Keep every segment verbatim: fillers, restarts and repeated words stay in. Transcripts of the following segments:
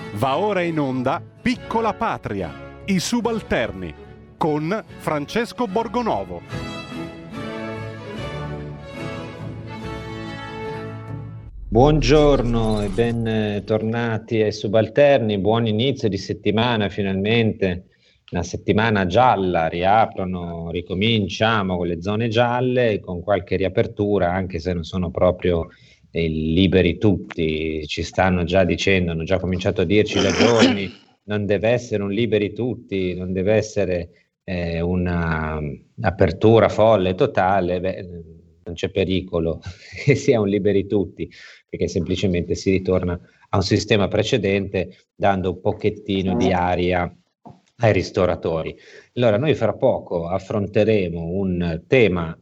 Va ora in onda Piccola Patria, i subalterni, con Francesco Borgonovo. Buongiorno e bentornati ai subalterni, buon inizio di settimana finalmente, una settimana gialla, riaprono, ricominciamo con le zone gialle, con qualche riapertura, anche se non sono proprio eh, liberi tutti, ci stanno già dicendo, hanno già cominciato a dirci da giorni, non deve essere un liberi tutti, non deve essere eh, una apertura folle totale, beh, non c'è pericolo che sia un liberi tutti, perché semplicemente si ritorna a un sistema precedente dando un pochettino di aria ai ristoratori. Allora noi fra poco affronteremo un tema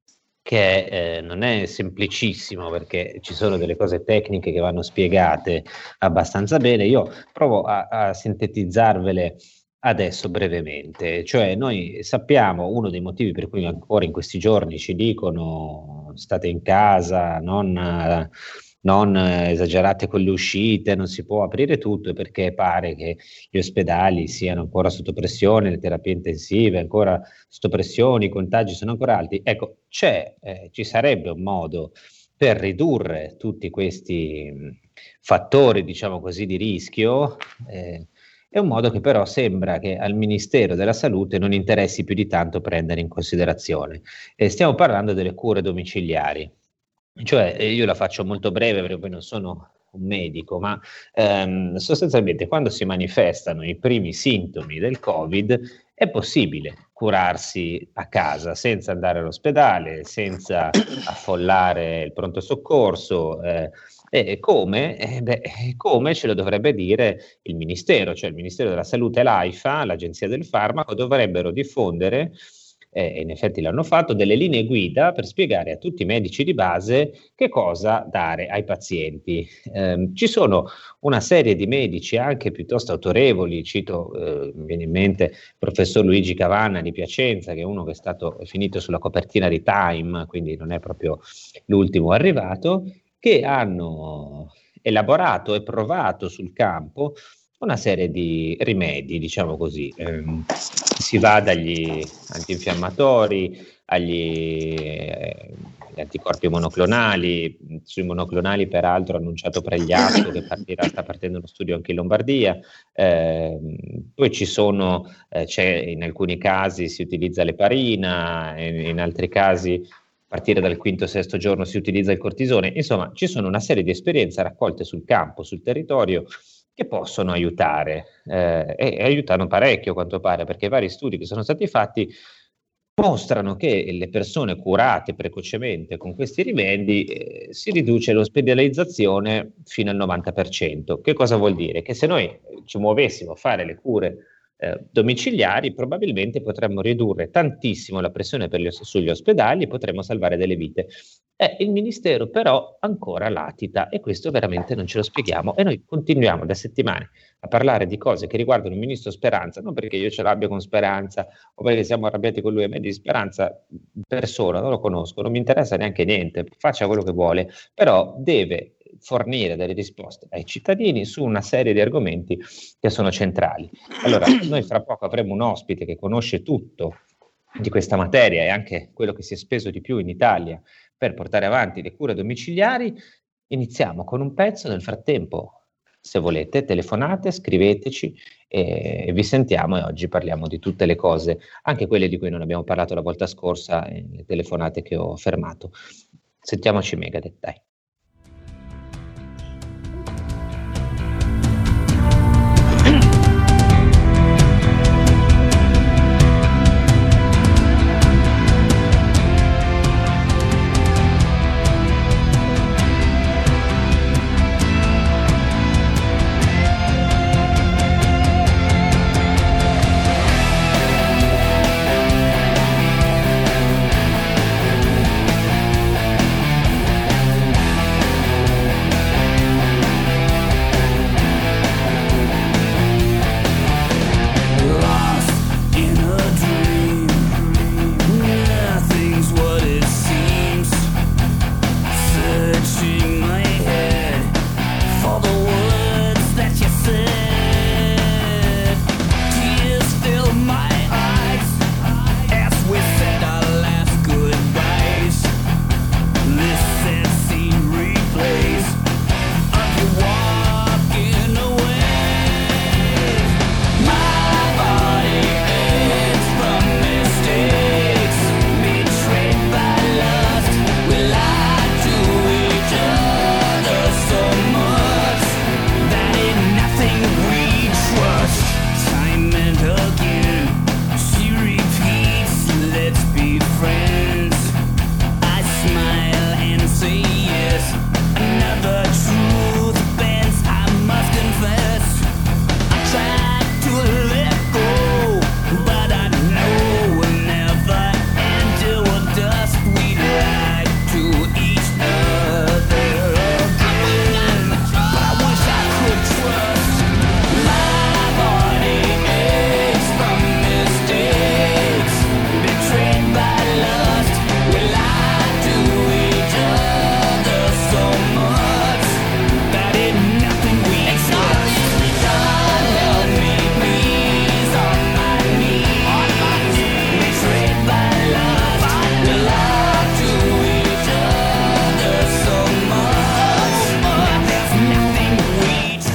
che eh, non è semplicissimo, perché ci sono delle cose tecniche che vanno spiegate abbastanza bene. Io provo a, a sintetizzarvele adesso brevemente. Cioè noi sappiamo, uno dei motivi per cui ancora in questi giorni ci dicono state in casa, non, eh, non esagerate con le uscite, non si può aprire tutto, perché pare che gli ospedali siano ancora sotto pressione, le terapie intensive ancora sotto pressione, i contagi sono ancora alti. Ecco, c'è, eh, ci sarebbe un modo per ridurre tutti questi mh, fattori, diciamo così, di rischio. eh, È un modo che però sembra che al Ministero della Salute non interessi più di tanto prendere in considerazione. E stiamo parlando delle cure domiciliari. Cioè, eh, io la faccio molto breve perché poi non sono un medico, ma ehm, sostanzialmente quando si manifestano i primi sintomi del Covid è possibile curarsi a casa senza andare all'ospedale, senza affollare il pronto soccorso. Eh, e come? Eh, beh, come ce lo dovrebbe dire il Ministero, cioè il Ministero della Salute e l'AIFA, l'Agenzia del Farmaco, dovrebbero diffondere, eh, e in effetti l'hanno fatto, delle linee guida per spiegare a tutti i medici di base che cosa dare ai pazienti. Eh, ci sono una serie di medici anche piuttosto autorevoli, cito, eh, mi viene in mente il professor Luigi Cavanna di Piacenza, che è uno che è stato è finito sulla copertina di Time, quindi non è proprio l'ultimo arrivato, che hanno elaborato e provato sul campo una serie di rimedi, diciamo così. Eh, si va dagli antinfiammatori agli, eh, agli anticorpi monoclonali. Sui monoclonali peraltro ha annunciato Pregliasco che partirà, sta partendo uno studio anche in Lombardia. Eh, poi ci sono, eh, c'è in alcuni casi si utilizza l'eparina, in, in altri casi a partire dal quinto o sesto giorno si utilizza il cortisone. Insomma, ci sono una serie di esperienze raccolte sul campo, sul territorio, che possono aiutare, eh, e, e aiutano parecchio a quanto pare, perché i vari studi che sono stati fatti mostrano che le persone curate precocemente con questi rimedi eh, si riduce l'ospedalizzazione fino al novanta per cento. Che cosa vuol dire? Che se noi ci muovessimo a fare le cure eh, domiciliari, probabilmente potremmo ridurre tantissimo la pressione per gli, sugli ospedali, potremmo salvare delle vite. Eh, il Ministero però ancora latita, e questo veramente non ce lo spieghiamo, e noi continuiamo da settimane a parlare di cose che riguardano il ministro Speranza, non perché io ce l'abbia con Speranza o perché siamo arrabbiati con lui. A me di Speranza persona non lo conosco, non mi interessa neanche niente, faccia quello che vuole, però deve fornire delle risposte ai cittadini su una serie di argomenti che sono centrali. Allora, noi fra poco avremo un ospite che conosce tutto di questa materia e anche quello che si è speso di più in Italia per portare avanti le cure domiciliari. Iniziamo con un pezzo, nel frattempo, se volete, telefonate, scriveteci e vi sentiamo, e oggi parliamo di tutte le cose, anche quelle di cui non abbiamo parlato la volta scorsa, e le telefonate che ho fermato. Sentiamoci Megadeth, dai.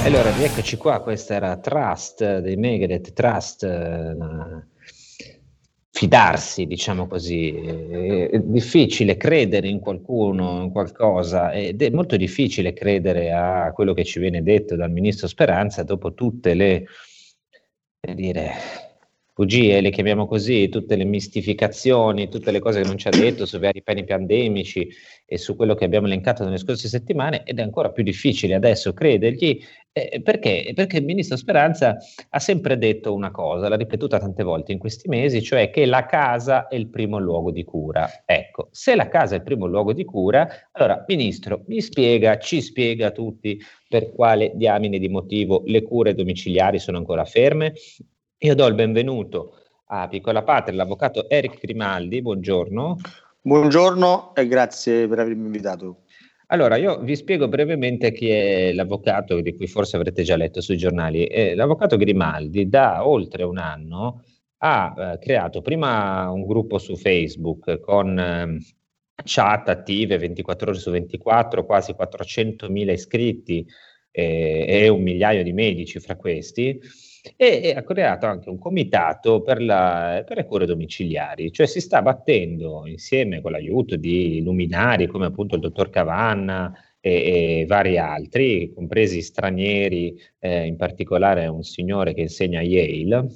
Allora, rieccoci qua, questa era Trust dei Megadeth, Trust, eh, fidarsi, diciamo così, è, è difficile credere in qualcuno, in qualcosa, ed è molto difficile credere a quello che ci viene detto dal ministro Speranza dopo tutte le, per dire, bugie, le chiamiamo così, tutte le mistificazioni, tutte le cose che non ci ha detto sui vari piani pandemici e su quello che abbiamo elencato nelle scorse settimane, ed è ancora più difficile adesso credergli. Eh, perché? Perché il ministro Speranza ha sempre detto una cosa, l'ha ripetuta tante volte in questi mesi, cioè che la casa è il primo luogo di cura. Ecco, se la casa è il primo luogo di cura, allora, ministro, mi spiega, ci spiega a tutti per quale diamine di motivo le cure domiciliari sono ancora ferme. Io do il benvenuto a Piccola Patria, l'avvocato Eric Grimaldi, buongiorno. Buongiorno e grazie per avermi invitato. Allora, io vi spiego brevemente chi è l'avvocato, di cui forse avrete già letto sui giornali. Eh, l'avvocato Grimaldi da oltre un anno ha eh, creato prima un gruppo su Facebook con eh, chat attive ventiquattro ore su ventiquattro, quasi quattrocentomila iscritti eh, e un migliaio di medici fra questi, e, e ha creato anche un comitato per, la, per le cure domiciliari, cioè si sta battendo insieme con l'aiuto di luminari come appunto il dottor Cavanna e, e vari altri, compresi stranieri, eh, in particolare un signore che insegna a Yale,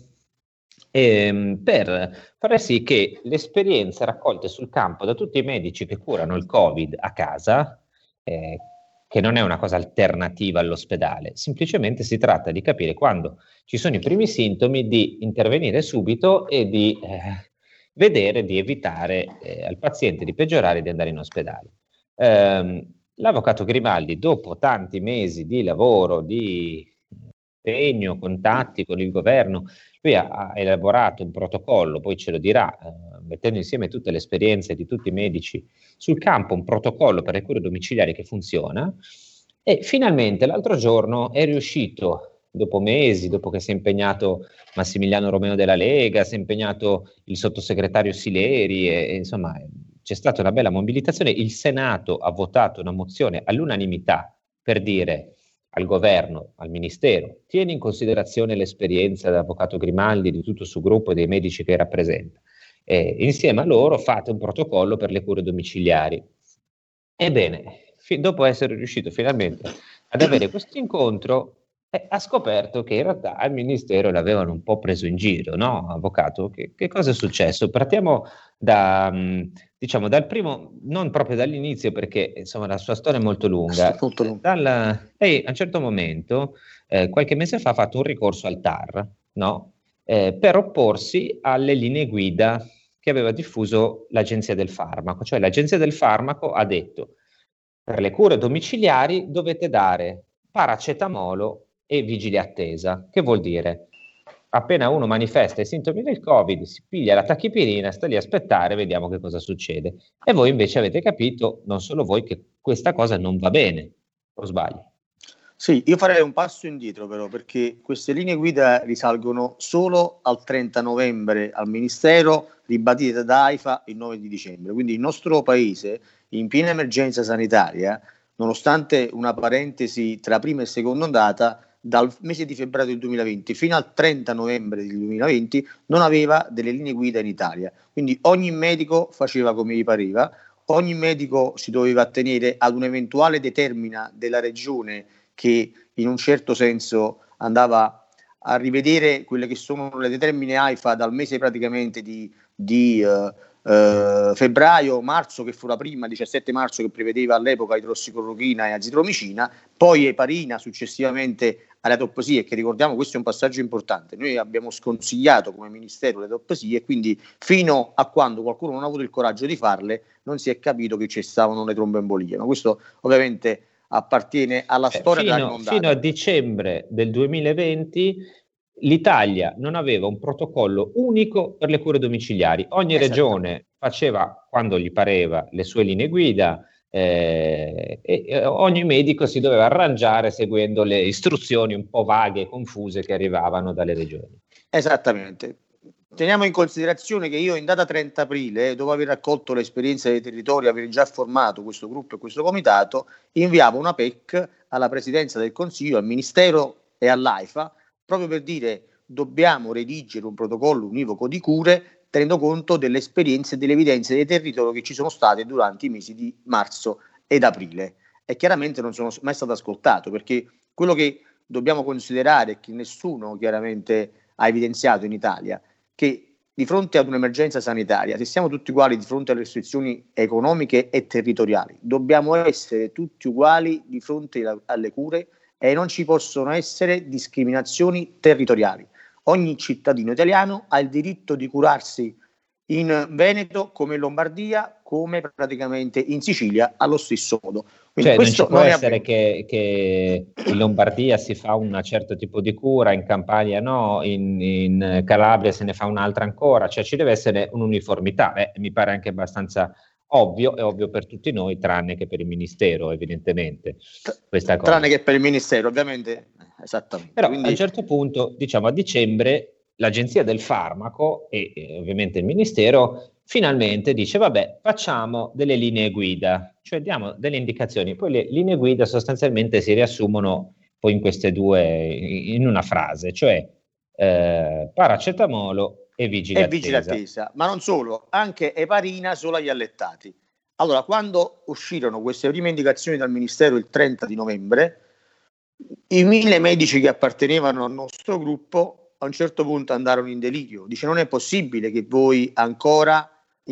ehm, per fare sì che le esperienze raccolte sul campo da tutti i medici che curano il Covid a casa, eh, che non è una cosa alternativa all'ospedale, semplicemente si tratta di capire quando ci sono i primi sintomi, di intervenire subito e di eh, vedere di evitare eh, al paziente di peggiorare e di andare in ospedale. Ehm, l'avvocato Grimaldi, dopo tanti mesi di lavoro, di impegno, contatti con il governo, lui ha, ha elaborato un protocollo, poi ce lo dirà, eh, mettendo insieme tutte le esperienze di tutti i medici sul campo, un protocollo per le cure domiciliari che funziona, e finalmente l'altro giorno è riuscito, dopo mesi, dopo che si è impegnato Massimiliano Romeo della Lega, si è impegnato il sottosegretario Sileri, e, e insomma c'è stata una bella mobilitazione, il Senato ha votato una mozione all'unanimità per dire al governo, al ministero, tieni in considerazione l'esperienza dell'avvocato Grimaldi, di tutto il suo gruppo e dei medici che rappresenta. Eh, insieme a loro fate un protocollo per le cure domiciliari. Ebbene, fi- dopo essere riuscito finalmente ad avere questo incontro, eh, ha scoperto che in realtà al ministero l'avevano un po' preso in giro, no, avvocato? Che, che cosa è successo? Partiamo da, mh, diciamo, dal primo, non proprio dall'inizio, perché insomma la sua storia è molto lunga. Molto lungo. Dal, lei a un certo momento, eh, qualche mese fa, ha fatto un ricorso al T A R, no? Eh, per opporsi alle linee guida che aveva diffuso l'Agenzia del Farmaco. Cioè l'Agenzia del Farmaco ha detto: per le cure domiciliari dovete dare paracetamolo e vigile attesa. Che vuol dire? Appena uno manifesta i sintomi del Covid, si piglia la tachipirina, sta lì a aspettare, vediamo che cosa succede. E voi invece avete capito, non solo voi, che questa cosa non va bene, o sbaglio? Sì, io farei un passo indietro però, perché queste linee guida risalgono solo al trenta novembre al Ministero, ribadite da AIFA il nove di dicembre. Quindi il nostro Paese, in piena emergenza sanitaria, nonostante una parentesi tra prima e seconda ondata, dal mese di febbraio del duemilaventi fino al trenta novembre del duemilaventi non aveva delle linee guida in Italia. Quindi ogni medico faceva come gli pareva, ogni medico si doveva attenere ad un'eventuale determina della regione che in un certo senso andava a rivedere quelle che sono le determine AIFA dal mese praticamente di, di uh, uh, febbraio, marzo, che fu la prima, diciassette marzo, che prevedeva all'epoca idrossiclorochina e azitromicina, poi eparina, successivamente alle autopsie, che ricordiamo questo è un passaggio importante. Noi abbiamo sconsigliato come Ministero le autopsie e quindi fino a quando qualcuno non ha avuto il coraggio di farle non si è capito che cessavano le tromboembolie. Ma questo ovviamente appartiene alla storia eh, della fino, rimondata. fino a dicembre del duemilaventi l'Italia non aveva un protocollo unico per le cure domiciliari. Ogni regione faceva, quando gli pareva, le sue linee guida, eh, e, e ogni medico si doveva arrangiare seguendo le istruzioni un po' vaghe e confuse che arrivavano dalle regioni. Esattamente. teniamo in considerazione che io in data trenta aprile, dopo aver raccolto l'esperienza dei territori, aver già formato questo gruppo e questo comitato, inviavo una P E C alla Presidenza del Consiglio, al Ministero e all'AIFA, proprio per dire dobbiamo redigere un protocollo univoco di cure tenendo conto delle esperienze e delle evidenze dei territori che ci sono state durante i mesi di marzo ed aprile. E chiaramente non sono mai stato ascoltato, perché quello che dobbiamo considerare, che nessuno chiaramente ha evidenziato in Italia, che di fronte ad un'emergenza sanitaria, se siamo tutti uguali di fronte alle restrizioni economiche e territoriali, dobbiamo essere tutti uguali di fronte alle cure e non ci possono essere discriminazioni territoriali. Ogni cittadino italiano ha il diritto di curarsi in Veneto come in Lombardia, come praticamente in Sicilia, allo stesso modo. Quindi cioè non ci può non essere che, che in Lombardia si fa un certo tipo di cura, in Campania no, in, in Calabria se ne fa un'altra ancora, cioè ci deve essere un'uniformità. Beh, mi pare anche abbastanza ovvio, è ovvio per tutti noi, tranne che per il Ministero, evidentemente. Questa cosa. Tranne che per il Ministero, ovviamente, esattamente. Però Quindi... a un certo punto, diciamo a dicembre, l'Agenzia del Farmaco e, e ovviamente il Ministero finalmente dice vabbè, facciamo delle linee guida, cioè diamo delle indicazioni, poi le linee guida sostanzialmente si riassumono poi in queste due, in una frase, cioè eh, paracetamolo e vigile e attesa. vigile attesa. Ma non solo, anche eparina solo agli allettati. Allora, quando uscirono queste prime indicazioni dal Ministero il trenta di novembre, i mille medici che appartenevano al nostro gruppo a un certo punto andarono in delirio. Dice: non è possibile che voi ancora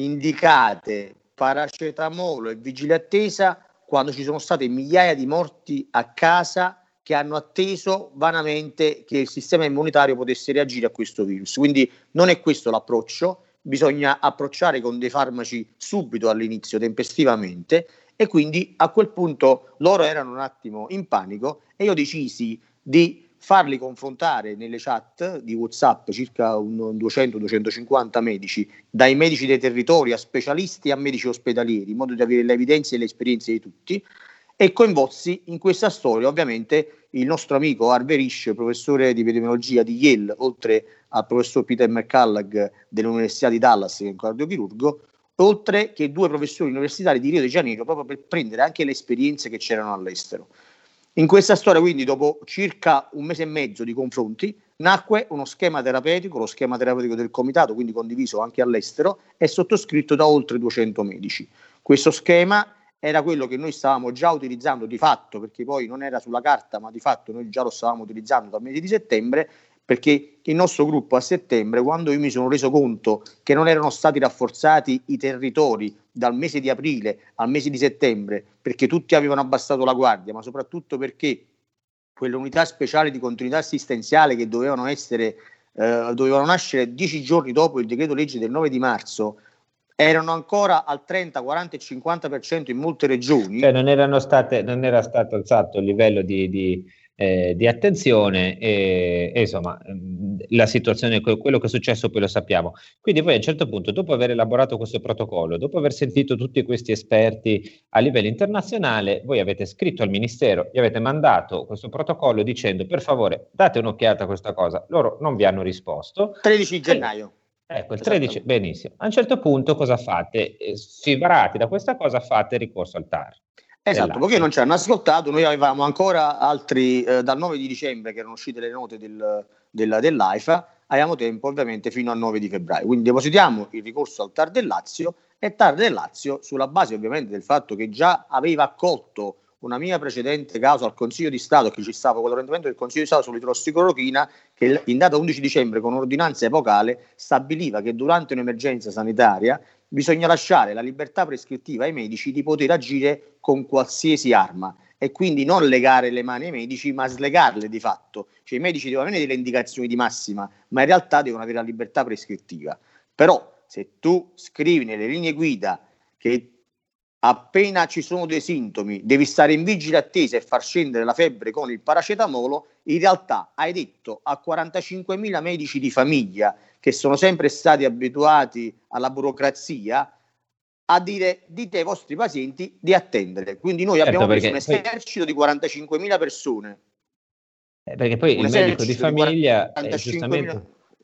indicate paracetamolo e vigile attesa quando ci sono state migliaia di morti a casa che hanno atteso vanamente che il sistema immunitario potesse reagire a questo virus. Quindi non è questo l'approccio, bisogna approcciare con dei farmaci subito all'inizio, tempestivamente, e quindi a quel punto loro erano un attimo in panico e io decisi di farli confrontare nelle chat di WhatsApp, circa un duecento duecentocinquanta medici, dai medici dei territori a specialisti a medici ospedalieri, in modo da avere le evidenze e le esperienze di tutti, e coinvolsi in questa storia ovviamente il nostro amico Harvey Risch, professore di epidemiologia di Yale, oltre al professor Peter McCullough dell'Università di Dallas, che è un cardiochirurgo, oltre che due professori universitari di Rio de Janeiro, proprio per prendere anche le esperienze che c'erano all'estero. In questa storia, quindi, dopo circa un mese e mezzo di confronti, nacque uno schema terapeutico, lo schema terapeutico del comitato, quindi condiviso anche all'estero e sottoscritto da oltre duecento medici. Questo schema era quello che noi stavamo già utilizzando di fatto, perché poi non era sulla carta, ma di fatto noi già lo stavamo utilizzando dal mese di settembre, perché il nostro gruppo a settembre, quando io mi sono reso conto che non erano stati rafforzati i territori dal mese di aprile al mese di settembre, perché tutti avevano abbassato la guardia, ma soprattutto perché quelle unità speciali di continuità assistenziale che dovevano essere, eh, dovevano nascere dieci giorni dopo il decreto legge del nove di marzo, erano ancora al trenta, quaranta e cinquanta per cento in molte regioni. Cioè non erano state, non era stato alzato il livello di, di, eh, di attenzione e, e insomma la situazione, quello che è successo poi lo sappiamo. Quindi voi a un certo punto, dopo aver elaborato questo protocollo, dopo aver sentito tutti questi esperti a livello internazionale, voi avete scritto al Ministero, gli avete mandato questo protocollo dicendo per favore date un'occhiata a questa cosa. Loro non vi hanno risposto. tredici gennaio. Ecco, il tredici, benissimo. A un certo punto cosa fate? Sfibrati da questa cosa fate ricorso al T A R. Esatto, perché non ci hanno ascoltato, noi avevamo ancora altri, eh, dal nove di dicembre che erano uscite le note del, del, dell'AIFA, avevamo tempo ovviamente fino al nove di febbraio, quindi depositiamo il ricorso al T A R del Lazio e T A R del Lazio, sulla base ovviamente del fatto che già aveva accolto una mia precedente causa al Consiglio di Stato, che ci stava con l'orientamento del Consiglio di Stato sull'idrossiclorochina, che in data undici dicembre con ordinanza epocale stabiliva che durante un'emergenza sanitaria bisogna lasciare la libertà prescrittiva ai medici di poter agire con qualsiasi arma e quindi non legare le mani ai medici ma slegarle di fatto, cioè i medici devono avere delle indicazioni di massima ma in realtà devono avere la libertà prescrittiva. Però se tu scrivi nelle linee guida che appena ci sono dei sintomi devi stare in vigile attesa e far scendere la febbre con il paracetamolo, in realtà hai detto a quarantacinquemila medici di famiglia che sono sempre stati abituati alla burocrazia a dire dite ai vostri pazienti di attendere. Quindi noi certo, abbiamo preso un esercito poi, di quarantacinquemila persone. Eh, perché poi il medico di famiglia di eh, giustamente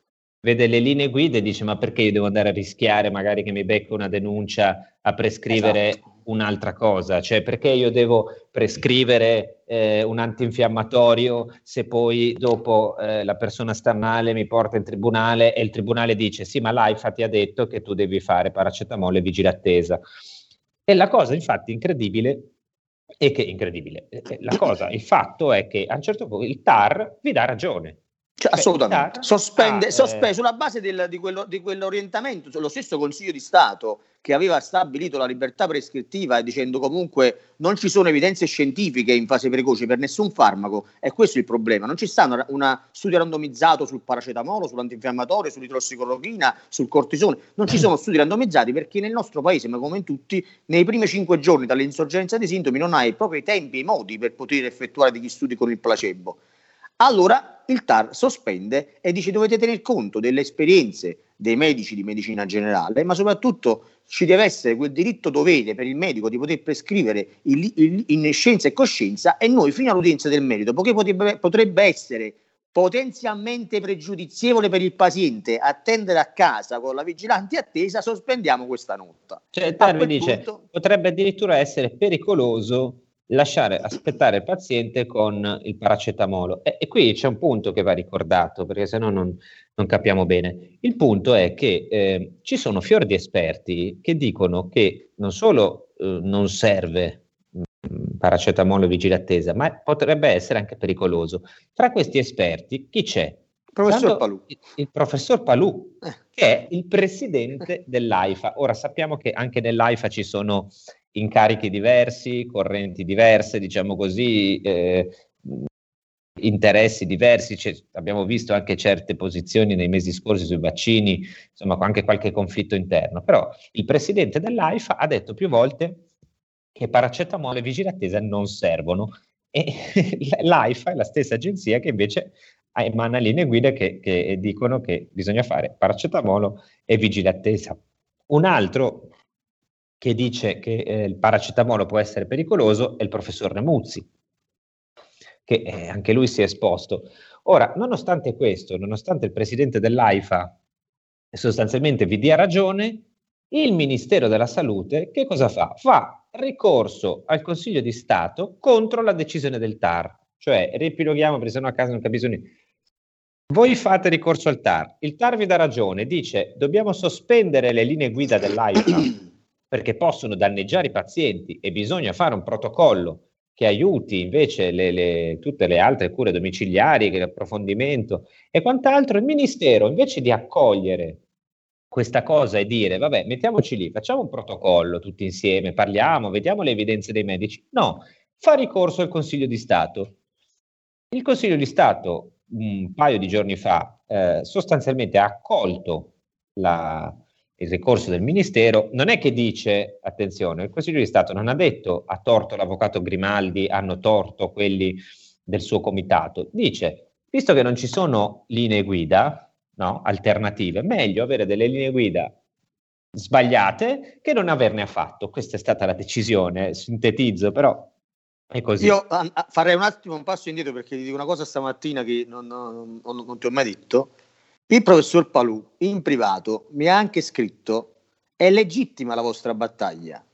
vede le linee guida e dice: ma perché io devo andare a rischiare magari che mi becco una denuncia a prescrivere esatto. un'altra cosa? Cioè, perché io devo prescrivere eh, un antinfiammatorio se poi dopo eh, la persona sta male, mi porta in tribunale e il tribunale dice: sì, ma l'AIFA ti ha detto che tu devi fare paracetamolo e vigilattesa. E la cosa infatti incredibile è che incredibile la cosa, il fatto è che a un certo punto il T A R vi dà ragione. Cioè, assolutamente, sospende, ah, sospende eh, sulla base del, di, quello, di quell'orientamento, lo stesso Consiglio di Stato che aveva stabilito la libertà prescrittiva dicendo comunque non ci sono evidenze scientifiche in fase precoce per nessun farmaco, e questo è il problema, non ci sta una, una studio randomizzato sul paracetamolo, sull'antinfiammatorio, sull'idrossiclorochina, sul cortisone, non ci sono studi randomizzati perché nel nostro paese, ma come in tutti, nei primi cinque giorni dall'insorgenza dei sintomi non hai proprio i tempi e i modi per poter effettuare degli studi con il placebo. Allora il T A R sospende e dice: dovete tener conto delle esperienze dei medici di medicina generale, ma soprattutto ci deve essere quel diritto dovere per il medico di poter prescrivere il, il, in scienza e coscienza, e noi fino all'udienza del merito, poiché potrebbe, potrebbe essere potenzialmente pregiudizievole per il paziente attendere a casa con la vigilante attesa, sospendiamo questa nota. Cioè il T A R vi dice punto, potrebbe addirittura essere pericoloso lasciare aspettare il paziente con il paracetamolo. E, e qui c'è un punto che va ricordato, perché sennò non, non capiamo bene. Il punto è che eh, ci sono fior di esperti che dicono che non solo eh, non serve mh, paracetamolo e vigilattesa, ma potrebbe essere anche pericoloso. Tra questi esperti chi c'è? Professor Palù. Il, il professor Palù, che è il presidente dell'AIFA. Ora sappiamo che anche nell'AIFA ci sono incarichi diversi, correnti diverse, diciamo così, eh, interessi diversi. Cioè, abbiamo visto anche certe posizioni nei mesi scorsi sui vaccini, insomma anche qualche conflitto interno, però il presidente dell'AIFA ha detto più volte che paracetamolo e vigilattesa non servono, e l'AIFA è la stessa agenzia che invece emana linee guida che, che dicono che bisogna fare paracetamolo e vigilattesa. Un altro che dice che eh, il paracetamolo può essere pericoloso è il professor Nemuzzi, che eh, anche lui si è esposto. Ora, nonostante questo, nonostante il presidente dell'AIFA sostanzialmente vi dia ragione, il Ministero della Salute che cosa fa? Fa ricorso al Consiglio di Stato contro la decisione del T A R. Cioè, riepiloghiamo perché sennò a casa non capisco niente. Voi fate ricorso al T A R, il T A R vi dà ragione, dice dobbiamo sospendere le linee guida dell'AIFA perché possono danneggiare i pazienti e bisogna fare un protocollo che aiuti invece le, le, tutte le altre cure domiciliari, l'approfondimento e quant'altro. Il Ministero, invece di accogliere questa cosa e dire vabbè, mettiamoci lì, facciamo un protocollo tutti insieme, parliamo, vediamo le evidenze dei medici, no, fa ricorso al Consiglio di Stato. Il Consiglio di Stato un paio di giorni fa eh, sostanzialmente ha accolto la il ricorso del Ministero. Non è che dice, attenzione, il Consiglio di Stato non ha detto ha torto l'avvocato Grimaldi, hanno torto quelli del suo comitato, dice, visto che non ci sono linee guida, no, alternative, meglio avere delle linee guida sbagliate che non averne affatto. Questa è stata la decisione, sintetizzo, però è così. Io a, a, farei un attimo un passo indietro perché ti dico una cosa stamattina che non, non, non, non ti ho mai detto. Il professor Palù in privato mi ha anche scritto: è legittima la vostra battaglia,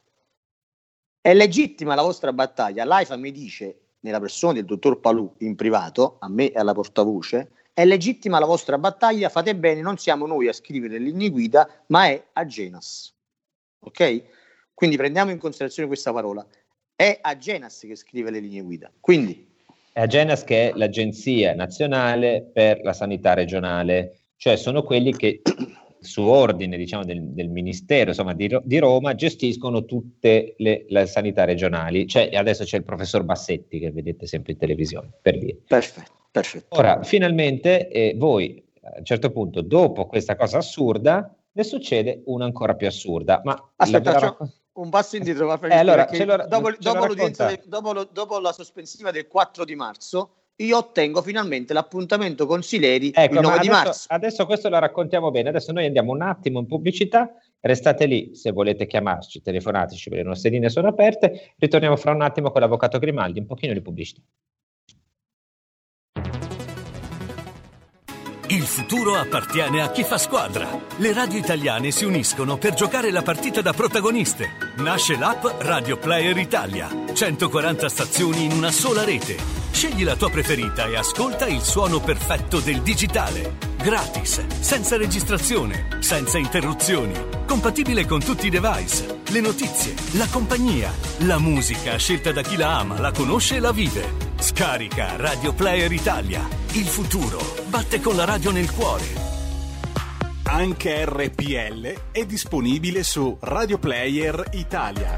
è legittima la vostra battaglia. L'AIFA mi dice, nella persona del dottor Palù in privato, a me e alla portavoce, è legittima la vostra battaglia, fate bene, non siamo noi a scrivere le linee guida, ma è Agenas. Ok? Quindi prendiamo in considerazione questa parola, è Agenas che scrive le linee guida. Quindi è Agenas, che è l'Agenzia Nazionale per la Sanità Regionale, cioè sono quelli che su ordine, diciamo, del, del Ministero, insomma, di, di Roma, gestiscono tutte le, le sanità regionali. Cioè, adesso c'è il professor Bassetti che vedete sempre in televisione, per dire. Perfetto, perfetto. Ora, finalmente, eh, voi, a un certo punto, dopo questa cosa assurda, ne succede una ancora più assurda. Ma aspetta, vera... un passo indietro, eh, allora, lo, dopo, dopo, l'udienza del, dopo, dopo la sospensiva del quattro di marzo, io ottengo finalmente l'appuntamento con Sileri, ecco, il nove adesso, di marzo. Adesso questo lo raccontiamo bene. Adesso noi andiamo un attimo in pubblicità, restate lì se volete chiamarci, telefonateci, le nostre linee sono aperte. Ritorniamo fra un attimo con l'avvocato Grimaldi, un pochino di pubblicità. Il futuro appartiene a chi fa squadra. Le radio italiane si uniscono per giocare la partita da protagoniste. Nasce l'app Radio Player Italia. centoquaranta stazioni in una sola rete. Scegli la tua preferita e ascolta il suono perfetto del digitale. Gratis, senza registrazione, senza interruzioni. Compatibile con tutti i device. Le notizie, la compagnia, la musica scelta da chi la ama, la conosce e la vive. Scarica Radio Player Italia. Il futuro batte con la radio nel cuore. Anche R P L è disponibile su Radio Player Italia.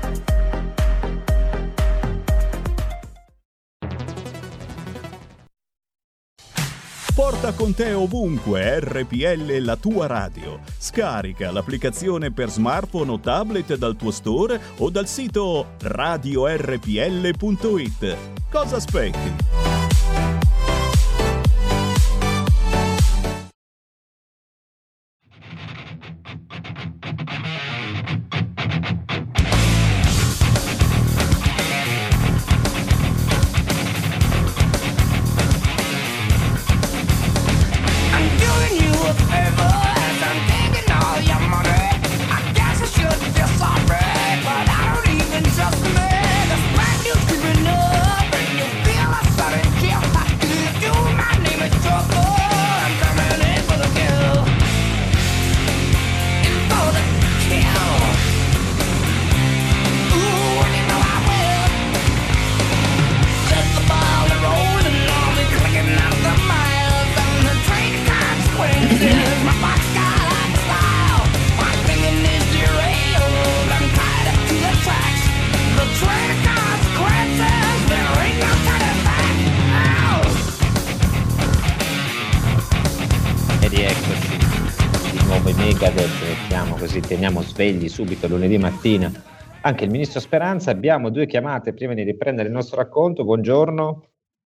Porta con te ovunque R P L, la tua radio. Scarica l'applicazione per smartphone o tablet dal tuo store o dal sito radio r p l punto i t. Cosa aspetti? Così teniamo svegli subito lunedì mattina anche il ministro Speranza. Abbiamo due chiamate prima di riprendere il nostro racconto. Buongiorno.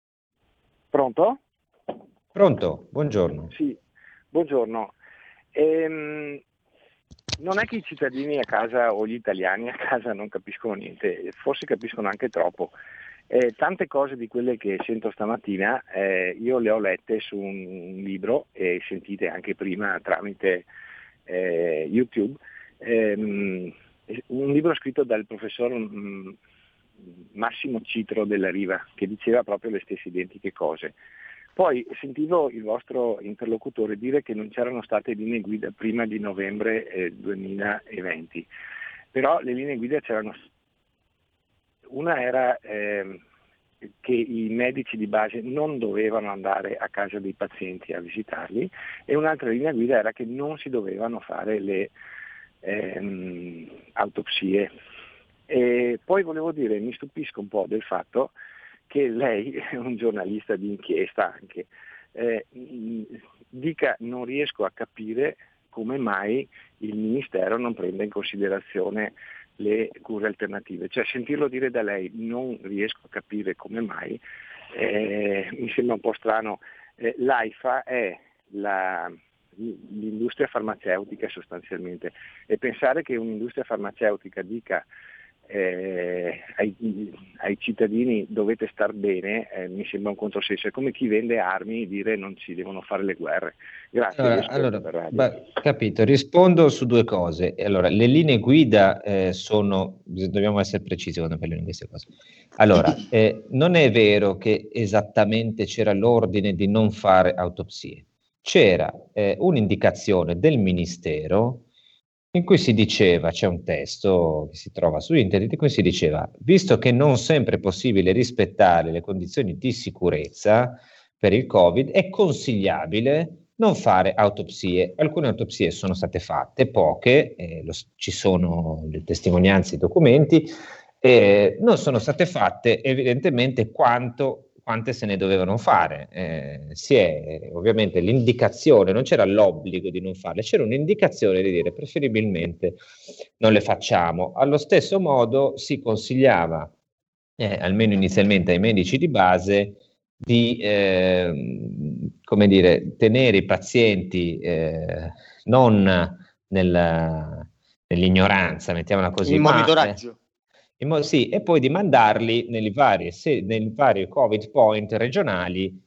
Pronto? Pronto, buongiorno. Sì, buongiorno. Ehm, non è che i cittadini a casa o gli italiani a casa non capiscono niente, forse capiscono anche troppo. Eh, tante cose di quelle che sento stamattina eh, io le ho lette su un libro e sentite anche prima tramite Eh, YouTube, ehm, un libro scritto dal professor mh, Massimo Citro della Riva, che diceva proprio le stesse identiche cose. Poi sentivo il vostro interlocutore dire che non c'erano state linee guida prima di novembre eh, duemilaventi, però le linee guida c'erano. Una era eh, che i medici di base non dovevano andare a casa dei pazienti a visitarli, e un'altra linea guida era che non si dovevano fare le ehm, autopsie. E poi volevo dire, mi stupisco un po' del fatto che lei è un giornalista di inchiesta anche, eh, dica non riesco a capire come mai il Ministero non prenda in considerazione le cure alternative. Cioè, sentirlo dire da lei non riesco a capire come mai, eh, mi sembra un po' strano. Eh, L'AIFA è la, l'industria farmaceutica sostanzialmente, e pensare che un'industria farmaceutica dica eh, ai, ai cittadini dovete star bene, eh, mi sembra un controsenso. È come chi vende armi dire non si devono fare le guerre. Grazie. Allora, allora beh, capito, rispondo su due cose. Allora, le linee guida eh, sono, dobbiamo essere precisi quando parliamo di queste cose. Allora, eh, non è vero che esattamente c'era l'ordine di non fare autopsie. C'era eh, un'indicazione del Ministero in cui si diceva, c'è un testo che si trova su internet, in cui si diceva, visto che non sempre è possibile rispettare le condizioni di sicurezza per il Covid, è consigliabile non fare autopsie. Alcune autopsie sono state fatte, poche, eh, lo, ci sono le testimonianze, i documenti, eh, non sono state fatte evidentemente quanto quante se ne dovevano fare. Eh, si è ovviamente l'indicazione, non c'era l'obbligo di non farle, c'era un'indicazione di dire preferibilmente non le facciamo. Allo stesso modo si consigliava, eh, almeno inizialmente ai medici di base, di eh, come dire, tenere i pazienti eh, non nella, nell'ignoranza, mettiamola così. Il ma, monitoraggio. Eh, Mo- sì, e poi di mandarli nei vari, se, nei vari Covid point regionali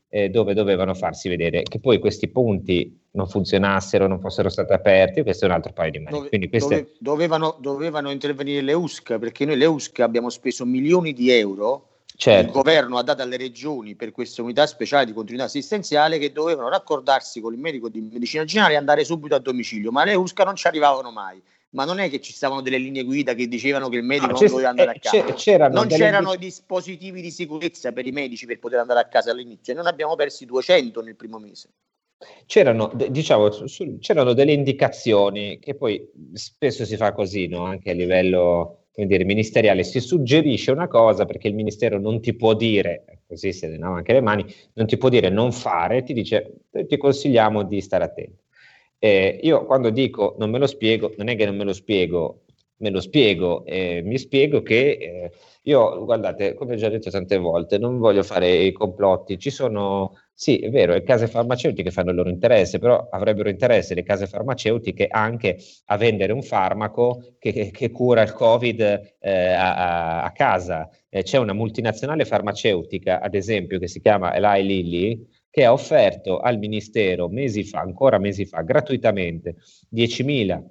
eh, dove dovevano farsi vedere. Che poi questi punti non funzionassero, non fossero stati aperti, questo è un altro paio di maniche. Dove, Quindi queste... dove, dovevano, dovevano intervenire le U S C, perché noi le U S C abbiamo speso milioni di euro. Certo. Il governo ha dato alle regioni per queste unità speciali di continuità assistenziale che dovevano raccordarsi con il medico di medicina generale e andare subito a domicilio, ma le U S C non ci arrivavano mai. Ma non è che ci stavano delle linee guida che dicevano che il medico no, non doveva andare a casa, c'erano non c'erano delle... dispositivi di sicurezza per i medici per poter andare a casa all'inizio, e noi ne abbiamo persi duecento nel primo mese. C'erano, diciamo, su, c'erano delle indicazioni che poi spesso si fa così, no? Anche a livello, come dire, ministeriale, si suggerisce una cosa perché il ministero non ti può dire, così si allenava anche le mani, non ti può dire non fare, ti dice ti consigliamo di stare attento. Eh, io quando dico non me lo spiego, non è che non me lo spiego, me lo spiego, eh, mi spiego che eh, io, guardate, come ho già detto tante volte, non voglio fare i complotti, ci sono, sì, è vero, le case farmaceutiche fanno il loro interesse, però avrebbero interesse le case farmaceutiche anche a vendere un farmaco che, che, che cura il Covid eh, a, a casa. Eh, c'è una multinazionale farmaceutica, ad esempio, che si chiama Eli Lilly, che ha offerto al Ministero mesi fa, ancora mesi fa, gratuitamente diecimila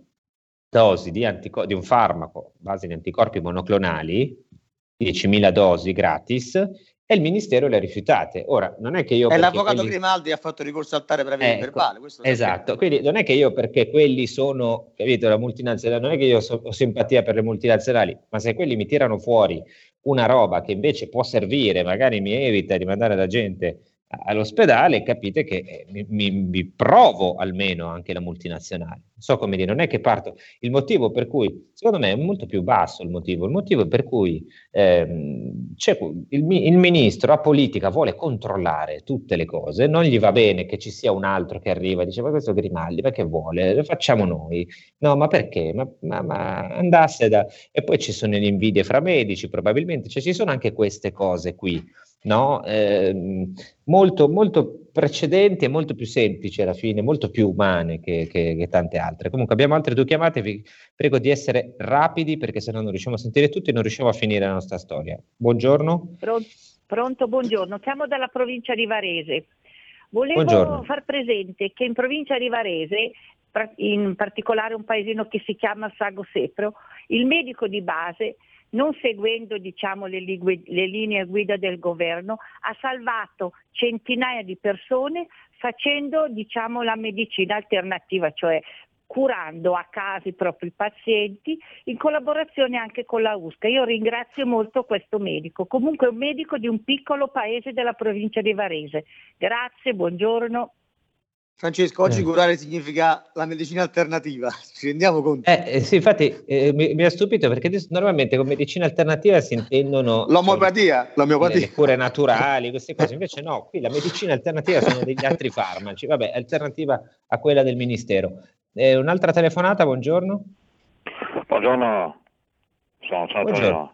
dosi di, antico- di un farmaco base di anticorpi monoclonali, diecimila dosi gratis, e il Ministero le ha rifiutate. Ora, non è che io... E l'avvocato quelli... Grimaldi ha fatto ricorso al tare breve ecco, verbale. Questo esatto, quindi non è che io perché quelli sono, capito, la multinazionale, non è che io so, ho simpatia per le multinazionali, ma se quelli mi tirano fuori una roba che invece può servire, magari mi evita di mandare la gente all'ospedale, capite che eh, mi, mi, mi provo almeno anche la multinazionale. Non so come dire, non è che parto. Il motivo per cui, secondo me è molto più basso il motivo, il motivo per cui ehm, c'è il, il ministro a politica vuole controllare tutte le cose, non gli va bene che ci sia un altro che arriva e dice ma questo Grimaldi, perché vuole? Lo facciamo noi. No, ma perché? Ma, ma, ma andasse da... E poi ci sono le invidie fra medici, probabilmente, cioè ci sono anche queste cose qui. No, eh, molto, molto precedenti e molto più semplici alla fine, molto più umane che, che, che tante altre. Comunque abbiamo altre due chiamate, vi prego di essere rapidi perché se no non riusciamo a sentire tutti e non riusciamo a finire la nostra storia. Buongiorno. Pronto, pronto buongiorno, chiamo dalla provincia di Varese. Volevo buongiorno. far presente che in provincia di Varese, in particolare un paesino che si chiama Sago Sepro, il medico di base, non seguendo diciamo le, ligue, le linee guida del governo, ha salvato centinaia di persone facendo diciamo la medicina alternativa, cioè curando a casa i propri pazienti in collaborazione anche con la U S C. Io ringrazio molto questo medico, comunque è un medico di un piccolo paese della provincia di Varese. Grazie, buongiorno. Francesco, oggi eh. curare significa la medicina alternativa, ci rendiamo conto? Eh, eh, sì, infatti eh, mi, mi ha stupito perché normalmente con medicina alternativa si intendono l'omeopatia, cioè, l'omeopatia. Le cure naturali, queste cose, invece no, qui la medicina alternativa sono degli altri farmaci, vabbè, alternativa a quella del Ministero. Eh, un'altra telefonata, buongiorno. Buongiorno, sono buongiorno. Antonio.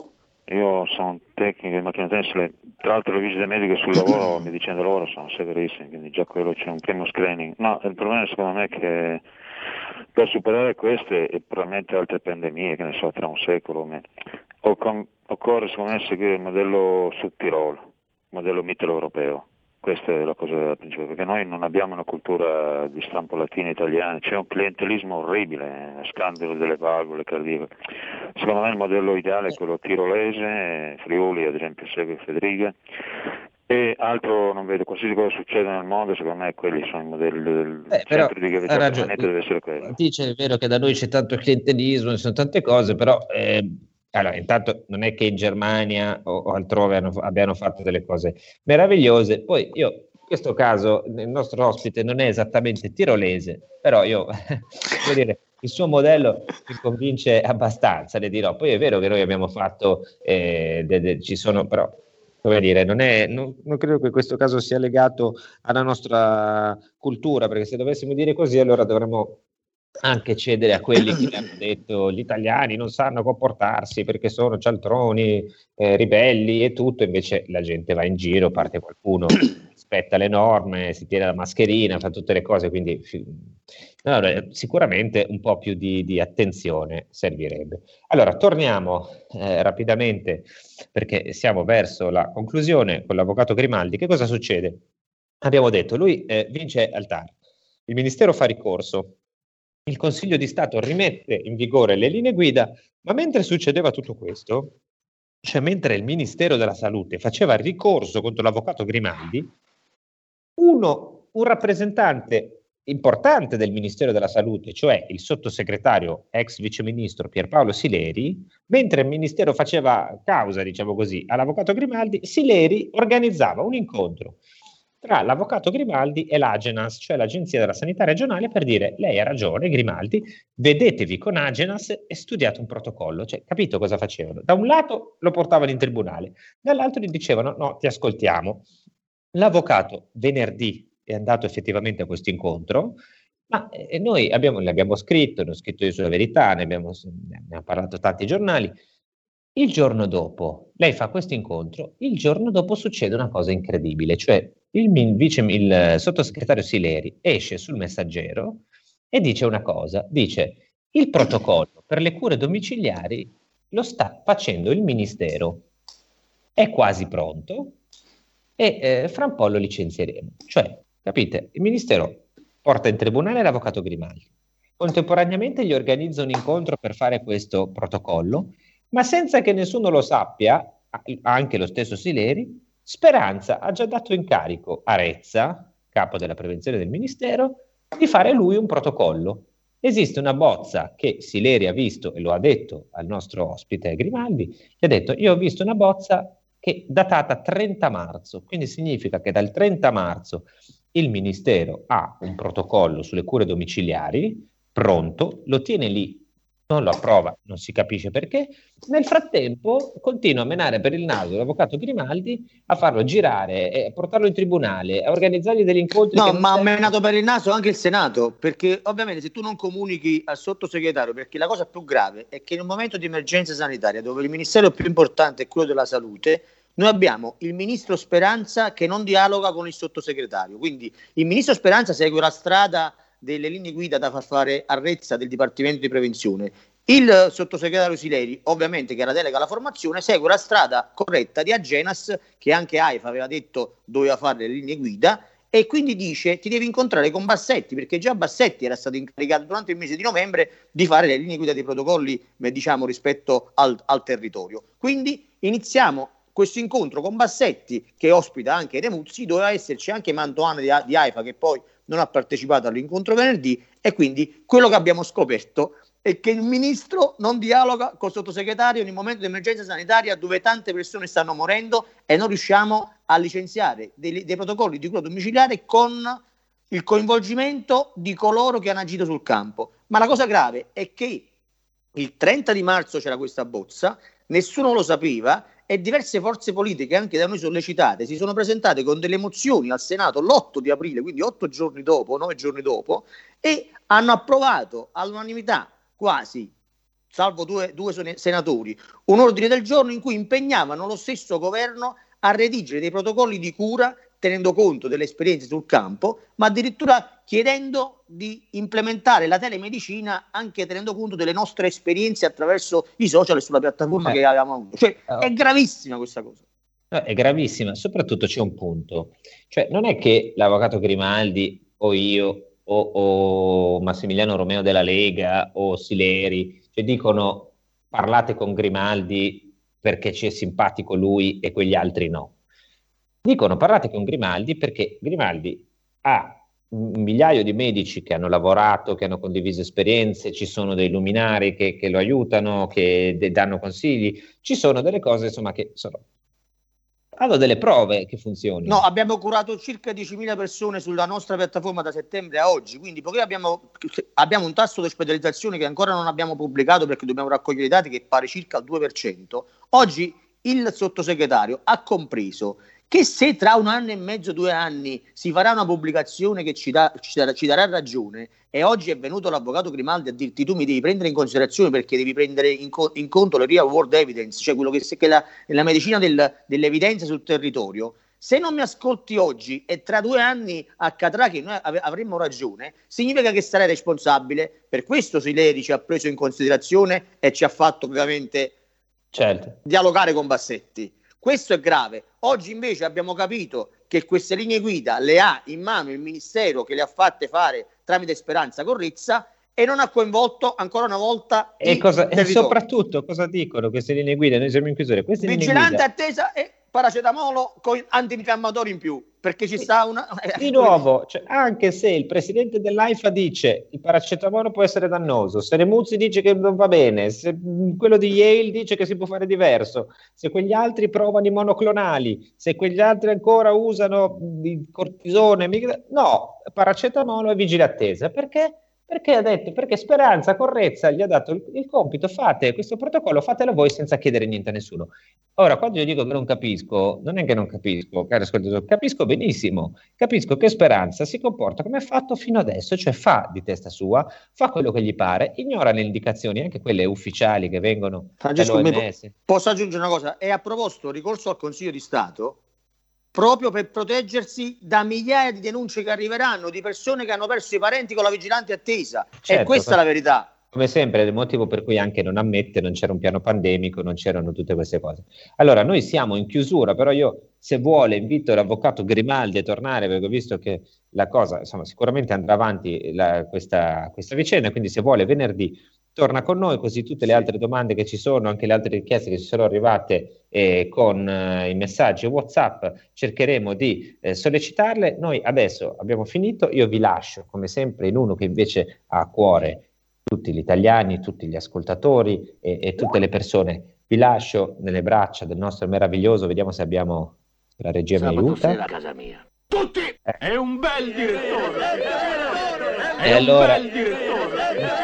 Io sono tecnico di macchine tessile, tra l'altro le visite mediche sul lavoro, medicina del lavoro sono severissime, quindi già quello c'è un primo screening. No, il problema secondo me è che per superare queste e probabilmente altre pandemie, che ne so, tra un secolo o meno, occorre secondo me seguire il modello Sud Tirolo, il modello mitteleuropeo. Questa è la cosa principale, perché noi non abbiamo una cultura di stampo latino italiano, c'è un clientelismo orribile, scandalo delle valvole cardiache. Secondo me il modello ideale è quello tirolese, Friuli ad esempio segue Federica, e altro non vedo, qualsiasi cosa succede nel mondo, secondo me quelli sono i modelli del eh, centro di gravità del pianeta, deve essere quello. Dice, è vero che da noi c'è tanto clientelismo, ci sono tante cose, però... Eh... Allora, intanto non è che in Germania o, o altrove hanno, abbiano fatto delle cose meravigliose. Poi io, in questo caso, il nostro ospite non è esattamente tirolese, però io, voglio dire, il suo modello mi convince abbastanza, le dirò. Poi è vero che noi abbiamo fatto, eh, de, de, ci sono però, come dire, non, è, non, non credo che questo caso sia legato alla nostra cultura, perché se dovessimo dire così allora dovremmo anche cedere a quelli che hanno detto gli italiani non sanno comportarsi perché sono cialtroni, eh, ribelli e tutto, invece la gente va in giro, parte qualcuno, rispetta le norme, si tiene la mascherina, fa tutte le cose, quindi allora, sicuramente un po' più di, di attenzione servirebbe. Allora, torniamo eh, rapidamente perché siamo verso la conclusione con l'avvocato Grimaldi. Che cosa succede? abbiamo detto, lui eh, vince al T A R, il Ministero fa ricorso, il Consiglio di Stato rimette in vigore le linee guida, ma mentre succedeva tutto questo, cioè mentre il Ministero della Salute faceva ricorso contro l'avvocato Grimaldi, uno, un rappresentante importante del Ministero della Salute, cioè il sottosegretario ex viceministro Pierpaolo Sileri, mentre il Ministero faceva causa, diciamo così, all'avvocato Grimaldi, Sileri organizzava un incontro tra l'avvocato Grimaldi e l'Agenas, cioè l'Agenzia della Sanità Regionale, per dire: lei ha ragione, Grimaldi, vedetevi con Agenas e studiate un protocollo. Cioè, capito cosa facevano? Da un lato lo portavano in tribunale, dall'altro gli dicevano: no, ti ascoltiamo. L'avvocato venerdì è andato effettivamente a questo incontro, ma eh, noi abbiamo, ne abbiamo scritto, ne ho scritto io sulla Verità, ne abbiamo, ne abbiamo parlato tanti giornali. Il giorno dopo, lei fa questo incontro, il giorno dopo succede una cosa incredibile, cioè il, vice, il sottosegretario Sileri esce sul Messaggero e dice una cosa, dice: il protocollo per le cure domiciliari lo sta facendo il Ministero, è quasi pronto e eh, fra un po' lo licenzieremo. Cioè, capite, il Ministero porta in tribunale l'avvocato Grimaldi, contemporaneamente gli organizza un incontro per fare questo protocollo, ma senza che nessuno lo sappia, anche lo stesso Sileri, Speranza ha già dato incarico a Rezza, capo della prevenzione del Ministero, di fare lui un protocollo. Esiste una bozza che Sileri ha visto e lo ha detto al nostro ospite Grimaldi, gli ha detto: io ho visto una bozza che è datata trenta marzo, quindi significa che dal trenta marzo il Ministero ha un protocollo sulle cure domiciliari pronto, lo tiene lì, non lo approva, non si capisce perché. Nel frattempo continua a menare per il naso l'avvocato Grimaldi, a farlo girare, a portarlo in tribunale, a organizzargli degli incontri. No, che ma ha servono. menato per il naso anche il Senato, perché ovviamente se tu non comunichi al sottosegretario, perché la cosa più grave è che in un momento di emergenza sanitaria, dove il ministero più importante è quello della salute, noi abbiamo il ministro Speranza che non dialoga con il sottosegretario, quindi il ministro Speranza segue la strada delle linee guida da far fare a Rezza del Dipartimento di Prevenzione. Il sottosegretario Sileri, ovviamente che ha la delega alla formazione, segue la strada corretta di Agenas, che anche AIFA aveva detto doveva fare le linee guida, e quindi dice: ti devi incontrare con Bassetti, perché già Bassetti era stato incaricato durante il mese di novembre di fare le linee guida dei protocolli, diciamo, rispetto al, al territorio. Quindi iniziamo questo incontro con Bassetti, che ospita anche Remuzzi, doveva esserci anche Mantovano di, di AIFA, che poi non ha partecipato all'incontro venerdì, e quindi quello che abbiamo scoperto è che il ministro non dialoga col sottosegretario in un momento di emergenza sanitaria dove tante persone stanno morendo e non riusciamo a licenziare dei, dei protocolli di cura domiciliare con il coinvolgimento di coloro che hanno agito sul campo. Ma la cosa grave è che il trenta di marzo c'era questa bozza, nessuno lo sapeva, e diverse forze politiche, anche da noi sollecitate, si sono presentate con delle mozioni al Senato l'otto di aprile, quindi otto giorni dopo, nove giorni dopo, e hanno approvato all'unanimità quasi, salvo due, due senatori, un ordine del giorno in cui impegnavano lo stesso governo a redigere dei protocolli di cura tenendo conto delle esperienze sul campo, ma addirittura chiedendo di implementare la telemedicina anche tenendo conto delle nostre esperienze attraverso i social e sulla piattaforma eh. che avevamo avuto. Cioè, oh. È gravissima questa cosa. No, è gravissima, soprattutto c'è un punto. Cioè, non è che l'avvocato Grimaldi o io o, o Massimiliano Romeo della Lega o Sileri cioè dicono parlate con Grimaldi perché ci è simpatico lui e quegli altri no. Dicono parlate con Grimaldi perché Grimaldi ha un migliaio di medici che hanno lavorato, che hanno condiviso esperienze, ci sono dei luminari che, che lo aiutano, che de- danno consigli, ci sono delle cose insomma che sono... hanno delle prove che funzionino. No, abbiamo curato circa diecimila persone sulla nostra piattaforma da settembre a oggi, quindi poiché abbiamo, abbiamo un tasso di ospedalizzazione che ancora non abbiamo pubblicato perché dobbiamo raccogliere i dati, che pare circa al due per cento, oggi il sottosegretario ha compreso che se tra un anno e mezzo, due anni, si farà una pubblicazione che ci, da, ci, darà, ci darà ragione, e oggi è venuto l'avvocato Grimaldi a dirti tu mi devi prendere in considerazione perché devi prendere in, co- in conto le real world evidence, cioè quello che, che la, la medicina del, dell'evidenza sul territorio. Se non mi ascolti oggi e tra due anni accadrà che noi av- avremmo ragione, significa che sarai responsabile. Per questo Sileri ci ha preso in considerazione e ci ha fatto ovviamente certo. dialogare con Bassetti. Questo è grave. Oggi invece abbiamo capito che che queste linee guida le ha in mano il Ministero che le ha fatte fare tramite Speranza Correzza e non ha coinvolto ancora una volta e, cosa, e soprattutto cosa dicono queste linee guida? Noi siamo in chiusura. Queste vigilante guida... attesa e paracetamolo con antinfiammatori in più, perché ci sta una... Di nuovo, cioè, anche se il presidente dell'AIFA dice il paracetamolo può essere dannoso, se Remuzzi dice che non va bene, se quello di Yale dice che si può fare diverso, se quegli altri provano i monoclonali, se quegli altri ancora usano il cortisone, no, paracetamolo e vigile attesa. Perché? Perché ha detto, perché Speranza Correzza gli ha dato il, il compito, fate questo protocollo, fatelo voi senza chiedere niente a nessuno. Ora, quando io dico che non capisco, non è che non capisco, caro ascoltatore, capisco benissimo, capisco che Speranza si comporta come ha fatto fino adesso, cioè fa di testa sua, fa quello che gli pare, ignora le indicazioni, anche quelle ufficiali che vengono Francesco, dall'O M S. Posso aggiungere una cosa? E ha proposto ricorso al Consiglio di Stato proprio per proteggersi da migliaia di denunce che arriveranno di persone che hanno perso i parenti con la vigilante attesa. Certo, e questa è la verità. Come sempre, è il motivo per cui anche non ammette, non c'era un piano pandemico, non c'erano tutte queste cose. Allora, noi siamo in chiusura, però io, se vuole, invito l'avvocato Grimaldi a tornare, perché ho visto che la cosa, insomma, sicuramente andrà avanti la, questa, questa vicenda, quindi se vuole venerdì torna con noi, così tutte le altre domande che ci sono, anche le altre richieste che ci sono arrivate eh, con eh, i messaggi WhatsApp, cercheremo di eh, sollecitarle. Noi adesso abbiamo finito, io vi lascio come sempre in uno che invece ha a cuore tutti gli italiani, tutti gli ascoltatori e, e tutte le persone. Vi lascio nelle braccia del nostro meraviglioso, vediamo se abbiamo la regia mi aiuta. A casa mia. Tutti! Eh. È un bel direttore! È e un allora... bel direttore!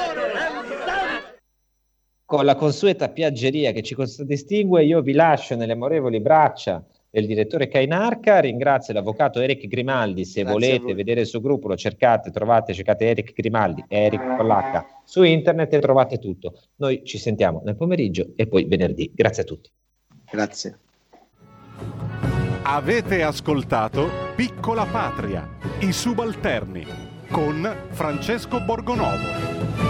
Con la consueta piaggeria che ci contraddistingue, io vi lascio nelle amorevoli braccia del direttore Cainarca. Ringrazio l'avvocato Eric Grimaldi. Se Grazie volete vedere il suo gruppo, lo cercate, trovate, cercate Eric Grimaldi, Eric con l'H su internet e trovate tutto. Noi ci sentiamo nel pomeriggio e poi venerdì. Grazie a tutti. Grazie. Avete ascoltato Piccola Patria, i subalterni con Francesco Borgonovo.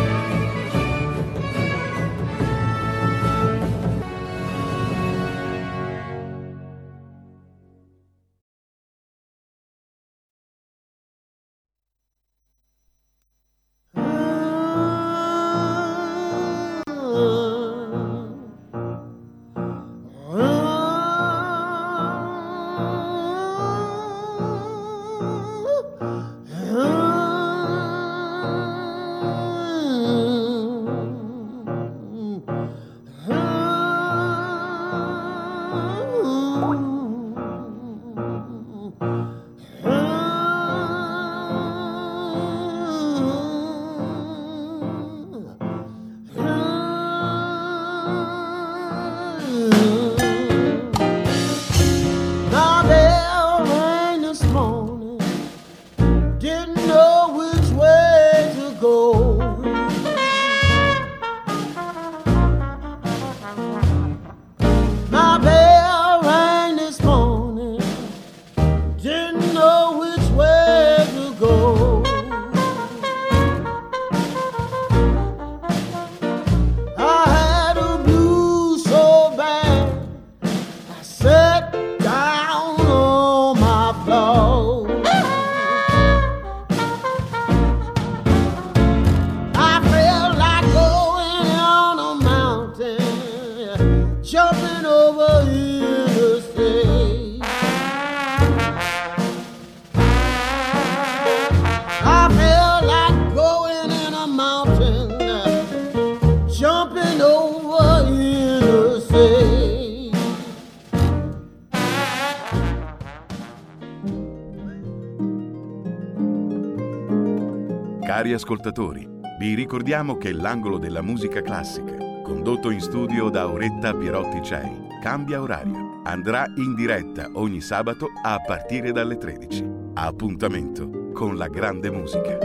Cari ascoltatori, vi ricordiamo che l'angolo della musica classica, condotto in studio da Auretta Pierotti Cei, cambia orario. Andrà in diretta ogni sabato a partire dalle tredici. Appuntamento con la grande musica.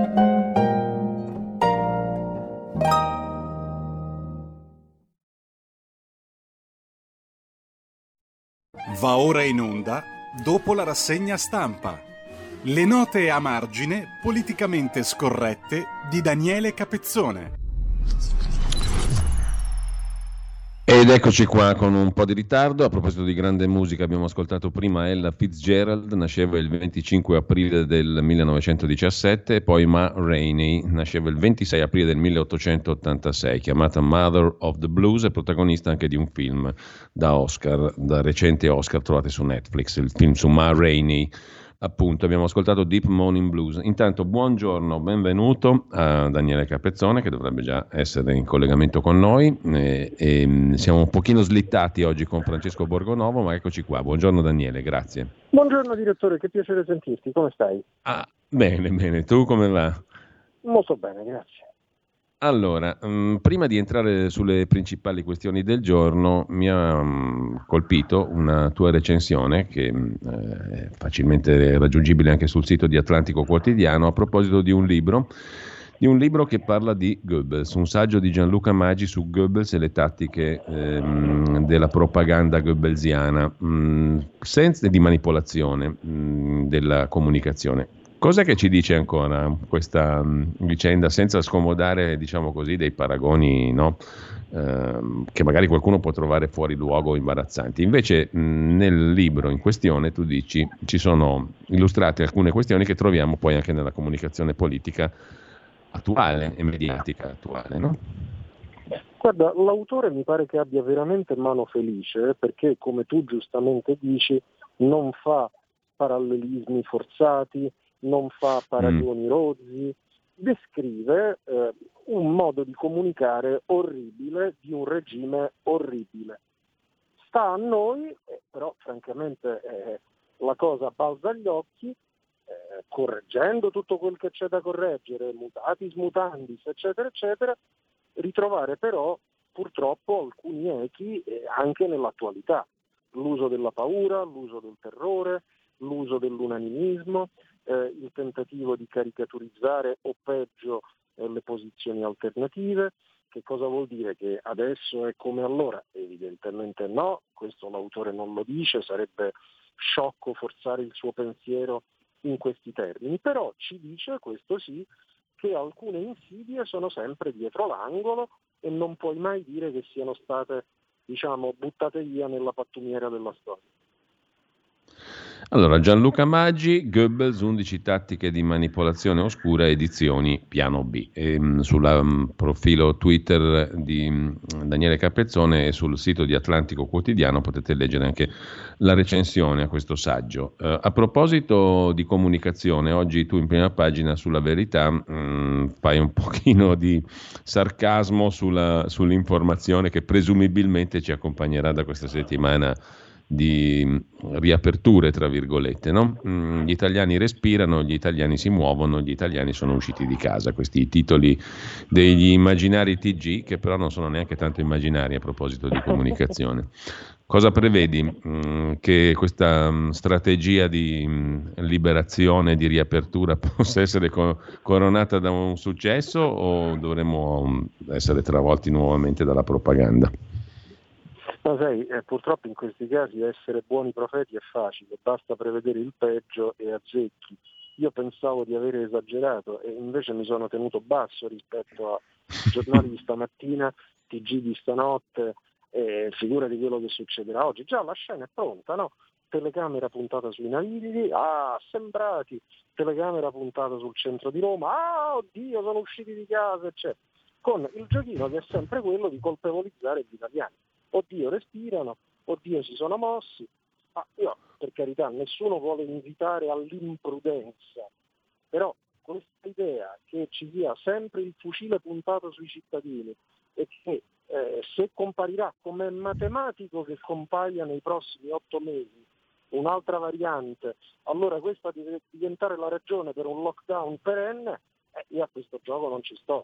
Va ora in onda, dopo la rassegna stampa, le note a margine politicamente scorrette di Daniele Capezzone. Ed eccoci qua con un po' di ritardo. A proposito di grande musica, abbiamo ascoltato prima Ella Fitzgerald, nasceva il venticinque aprile del millenovecentodiciassette, e poi Ma Rainey, nasceva il ventisei aprile del milleottocentottantasei, chiamata Mother of the Blues, e protagonista anche di un film da Oscar, da recente Oscar, trovate su Netflix, il film su Ma Rainey. Appunto, abbiamo ascoltato Deep Morning Blues. Intanto, buongiorno, benvenuto a Daniele Capezzone, che dovrebbe già essere in collegamento con noi. E, e siamo un pochino slittati oggi con Francesco Borgonovo, ma eccoci qua. Buongiorno Daniele, grazie. Buongiorno direttore, che piacere sentirti, come stai? Ah, bene, bene, tu come va? Molto bene, grazie. Allora, mh, prima di entrare sulle principali questioni del giorno, mi ha mh, colpito una tua recensione che mh, è facilmente raggiungibile anche sul sito di Atlantico Quotidiano, a proposito di un libro, di un libro che parla di Goebbels, un saggio di Gianluca Maggi su Goebbels e le tattiche ehm, della propaganda goebbelsiana, mh, senza di manipolazione mh, della comunicazione. Cos'è che ci dice ancora questa mh, vicenda, senza scomodare, diciamo così, dei paragoni, no? ehm, che magari qualcuno può trovare fuori luogo o imbarazzanti? Invece mh, nel libro in questione tu dici ci sono illustrate alcune questioni che troviamo poi anche nella comunicazione politica attuale e mediatica attuale, no? Guarda, l'autore mi pare che abbia veramente mano felice, perché come tu giustamente dici non fa parallelismi forzati, non fa paragoni mm. rozzi, descrive eh, un modo di comunicare orribile di un regime orribile. Sta a noi, eh, però francamente eh, la cosa balza agli occhi, eh, correggendo tutto quel che c'è da correggere, mutatis mutandis, eccetera, eccetera, ritrovare però purtroppo alcuni echi eh, anche nell'attualità. L'uso della paura, l'uso del terrore, l'uso dell'unanimismo, eh, il tentativo di caricaturizzare o peggio eh, le posizioni alternative. Che cosa vuol dire? Che adesso è come allora? Evidentemente no, questo l'autore non lo dice, sarebbe sciocco forzare il suo pensiero in questi termini, però ci dice, questo sì, che alcune insidie sono sempre dietro l'angolo e non puoi mai dire che siano state, diciamo, buttate via nella pattumiera della storia. Allora, Gianluca Maggi, Goebbels, undici tattiche di manipolazione oscura, edizioni piano B. E, mh, sul um, profilo Twitter di mh, Daniele Capezzone e sul sito di Atlantico Quotidiano potete leggere anche la recensione a questo saggio. Uh, a proposito di comunicazione, oggi tu in prima pagina sulla Verità mh, fai un pochino di sarcasmo sulla, sull'informazione che presumibilmente ci accompagnerà da questa settimana di riaperture, tra virgolette, no? Gli italiani respirano, gli italiani si muovono, gli italiani sono usciti di casa. Questi i titoli degli immaginari T G, che però non sono neanche tanto immaginari a proposito di comunicazione. Cosa prevedi? Mh, che questa mh, strategia di mh, liberazione, di riapertura possa essere co- coronata da un successo, o dovremo mh, essere travolti nuovamente dalla propaganda? No, sai, eh, purtroppo in questi casi essere buoni profeti è facile, basta prevedere il peggio e azzecchi. Io pensavo di aver esagerato e invece mi sono tenuto basso rispetto a giornali di stamattina, T G di stanotte, eh, figura di quello che succederà oggi. Già la scena è pronta, no? Telecamera puntata sui navigli, ah, assembrati, telecamera puntata sul centro di Roma, ah, oddio, sono usciti di casa, eccetera. Con il giochino che è sempre quello di colpevolizzare gli italiani. Oddio, respirano, oddio, si sono mossi. Ma io, per carità, nessuno vuole invitare all'imprudenza, però questa idea che ci sia sempre il fucile puntato sui cittadini e che eh, se comparirà, come è matematico che compaia nei prossimi otto mesi un'altra variante, allora questa deve diventare la ragione per un lockdown perenne, eh, io a questo gioco non ci sto.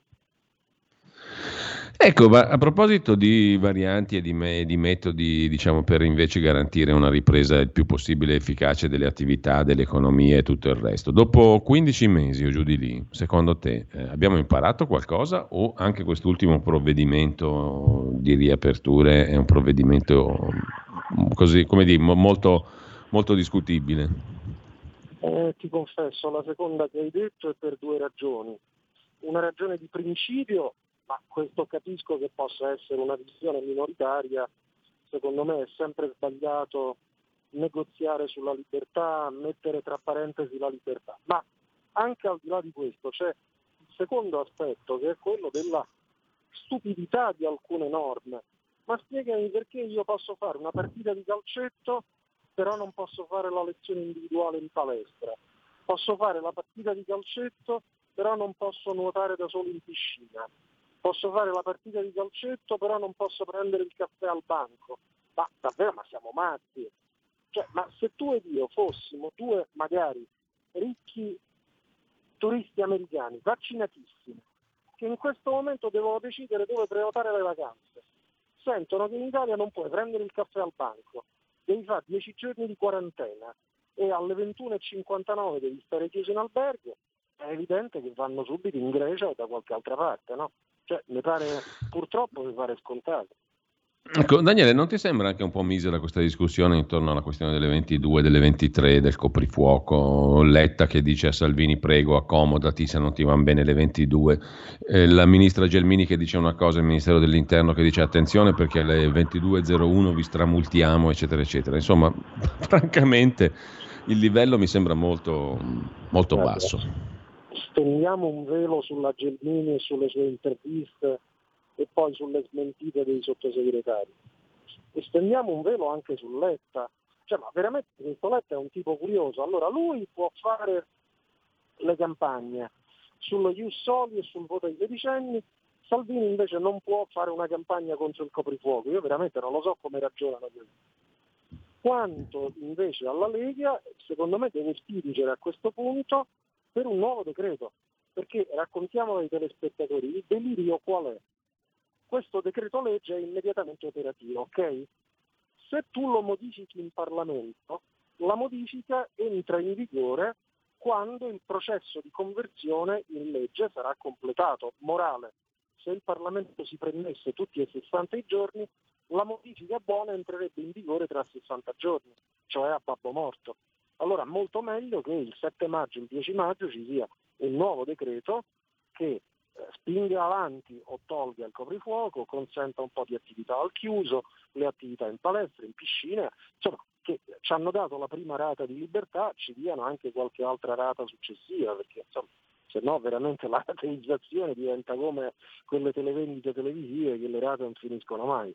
Ecco, ma a proposito di varianti e di, me, di metodi, diciamo, per invece garantire una ripresa il più possibile efficace delle attività, dell'economia e tutto il resto, dopo quindici mesi o giù di lì, secondo te eh, abbiamo imparato qualcosa, o anche quest'ultimo provvedimento di riaperture è un provvedimento così, come dire, molto, molto discutibile? Eh, ti confesso, la seconda che hai detto è per due ragioni. Una ragione di principio, ma questo capisco che possa essere una visione minoritaria. Secondo me è sempre sbagliato negoziare sulla libertà, mettere tra parentesi la libertà, ma anche al di là di questo c'è il secondo aspetto, che è quello della stupidità di alcune norme. Ma spiegami perché io posso fare una partita di calcetto però non posso fare la lezione individuale in palestra, posso fare la partita di calcetto però non posso nuotare da solo in piscina, posso fare la partita di calcetto però non posso prendere il caffè al banco. Ma davvero, ma siamo matti? Cioè, ma se tu ed io fossimo due magari ricchi turisti americani vaccinatissimi che in questo momento devono decidere dove prenotare le vacanze, sentono che in Italia non puoi prendere il caffè al banco, devi fare dieci giorni di quarantena e alle ventuno e cinquantanove devi stare chiuso in albergo, è evidente che vanno subito in Grecia o da qualche altra parte, no? Cioè, mi pare, purtroppo mi pare scontato. Ecco, Daniele, non ti sembra anche un po' misera questa discussione intorno alla questione delle ventidue, delle ventitré, del coprifuoco? Letta che dice a Salvini prego accomodati se non ti vanno bene le ventidue, eh, la ministra Gelmini che dice una cosa, il Ministero dell'Interno che dice attenzione perché alle ventidue e zero uno vi stramultiamo, eccetera eccetera. Insomma, francamente il livello mi sembra molto, molto basso. Stendiamo un velo sulla Gelmini e sulle sue interviste e poi sulle smentite dei sottosegretari, e stendiamo un velo anche su Letta. Cioè, ma veramente questo Letta è un tipo curioso. Allora lui può fare le campagne sullo Ius Soli e sul voto ai sedicenni, Salvini invece non può fare una campagna contro il coprifuoco. Io veramente non lo so come ragionano così. Quanto invece alla Lega, secondo me deve spingere a questo punto per un nuovo decreto, perché raccontiamo ai telespettatori il delirio qual è. Questo decreto legge è immediatamente operativo, ok? Se tu lo modifichi in Parlamento, la modifica entra in vigore quando il processo di conversione in legge sarà completato. Morale, se il Parlamento si prendesse tutti e sessanta i giorni, la modifica buona entrerebbe in vigore tra sessanta giorni, cioè a babbo morto. Allora molto meglio che il sette maggio, il dieci maggio ci sia un nuovo decreto che spinga avanti o tolga il coprifuoco, consenta un po' di attività al chiuso, le attività in palestra, in piscina, insomma, che ci hanno dato la prima rata di libertà, ci diano anche qualche altra rata successiva, perché insomma, se no veramente la rateizzazione diventa come quelle televendite televisive che le rate non finiscono mai.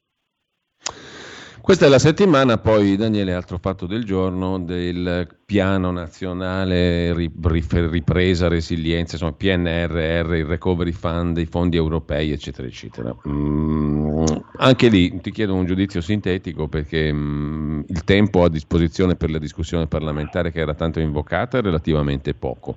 Questa è la settimana, poi Daniele, altro fatto del giorno, del piano nazionale ripresa, resilienza, insomma P N R R, il recovery fund, i fondi europei, eccetera, eccetera. Mm, anche lì ti chiedo un giudizio sintetico perché mm, il tempo a disposizione per la discussione parlamentare che era tanto invocata è relativamente poco.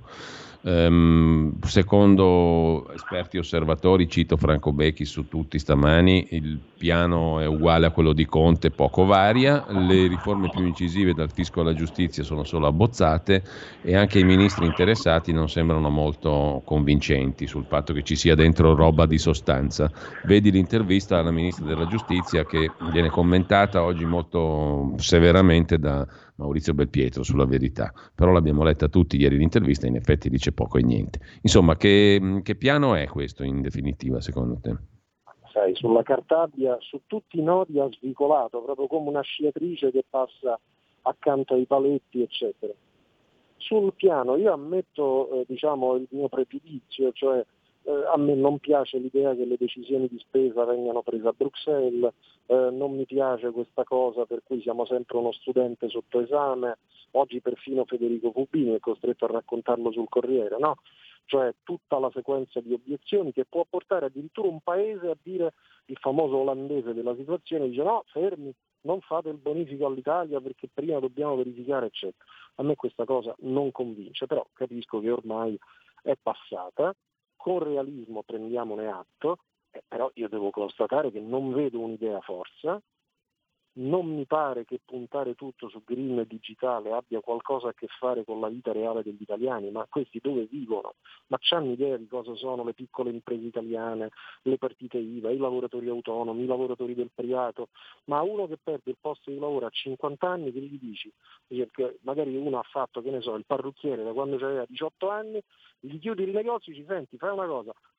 Um, secondo esperti osservatori, cito Franco Becchi su tutti stamani, il piano è uguale a quello di Conte, poco varia, le riforme più incisive dal fisco alla giustizia sono solo abbozzate e anche i ministri interessati non sembrano molto convincenti sul fatto che ci sia dentro roba di sostanza. Vedi l'intervista alla ministra della giustizia che viene commentata oggi molto severamente da Maurizio Belpietro sulla Verità, però l'abbiamo letta tutti ieri l'intervista, in effetti dice poco e niente. Insomma, che, che piano è questo in definitiva secondo te? Sai, sulla Cartabia su tutti i nodi ha svicolato, proprio come una sciatrice che passa accanto ai paletti, eccetera. Sul piano io ammetto eh, diciamo il mio pregiudizio, cioè eh, a me non piace l'idea che le decisioni di spesa vengano prese a Bruxelles, eh, non mi piace questa cosa per cui siamo sempre uno studente sotto esame. Oggi perfino Federico Fubini è costretto a raccontarlo sul Corriere, no? Cioè tutta la sequenza di obiezioni che può portare addirittura un paese a dire, il famoso olandese della situazione, dice no, fermi, non fate il bonifico all'Italia perché prima dobbiamo verificare, eccetera. A me questa cosa non convince, però capisco che ormai è passata, con realismo prendiamone atto, eh, però io devo constatare che non vedo un'idea forza, non mi pare che puntare tutto su green e digitale abbia qualcosa a che fare con la vita reale degli italiani, ma questi dove vivono? Ma c'hanno idea di cosa sono le piccole imprese italiane, le partite I V A, i lavoratori autonomi, i lavoratori del privato? Ma uno che perde il posto di lavoro a cinquanta anni, che gli dici? Perché magari uno ha fatto, che ne so, il parrucchiere da quando aveva diciotto anni, gli chiudi il negozio, ci senti, fai una cosa,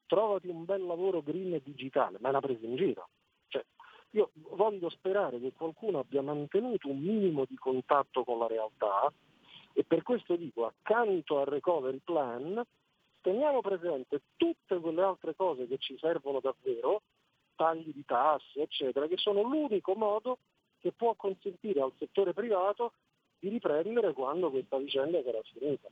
trovati un bel lavoro green e digitale, ma è una presa in giro. Cioè, io voglio sperare che qualcuno abbia mantenuto un minimo di contatto con la realtà, e per questo dico, accanto al recovery plan, teniamo presente tutte quelle altre cose che ci servono davvero, tagli di tasse, eccetera, che sono l'unico modo che può consentire al settore privato di riprendere quando questa vicenda sarà finita.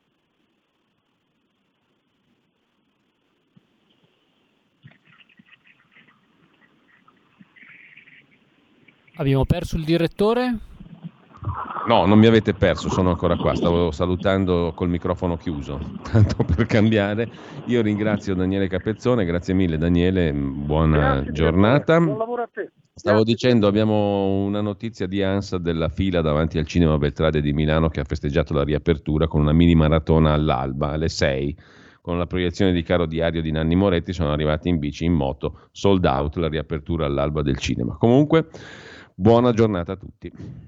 Abbiamo perso il direttore? No, non mi avete perso, sono ancora qua, stavo salutando col microfono chiuso, tanto per cambiare. Io ringrazio Daniele Capezzone, grazie mille Daniele, buona grazie giornata. Buon lavoro a te. Stavo Grazie. dicendo, abbiamo una notizia di ANSA della fila davanti al Cinema Beltrade di Milano che ha festeggiato la riapertura con una mini maratona all'alba, alle sei. Con la proiezione di Caro Diario di Nanni Moretti sono arrivati in bici, in moto, sold out la riapertura all'alba del cinema. Comunque, buona giornata a tutti.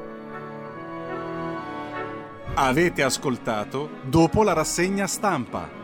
Avete ascoltato Dopo la rassegna stampa,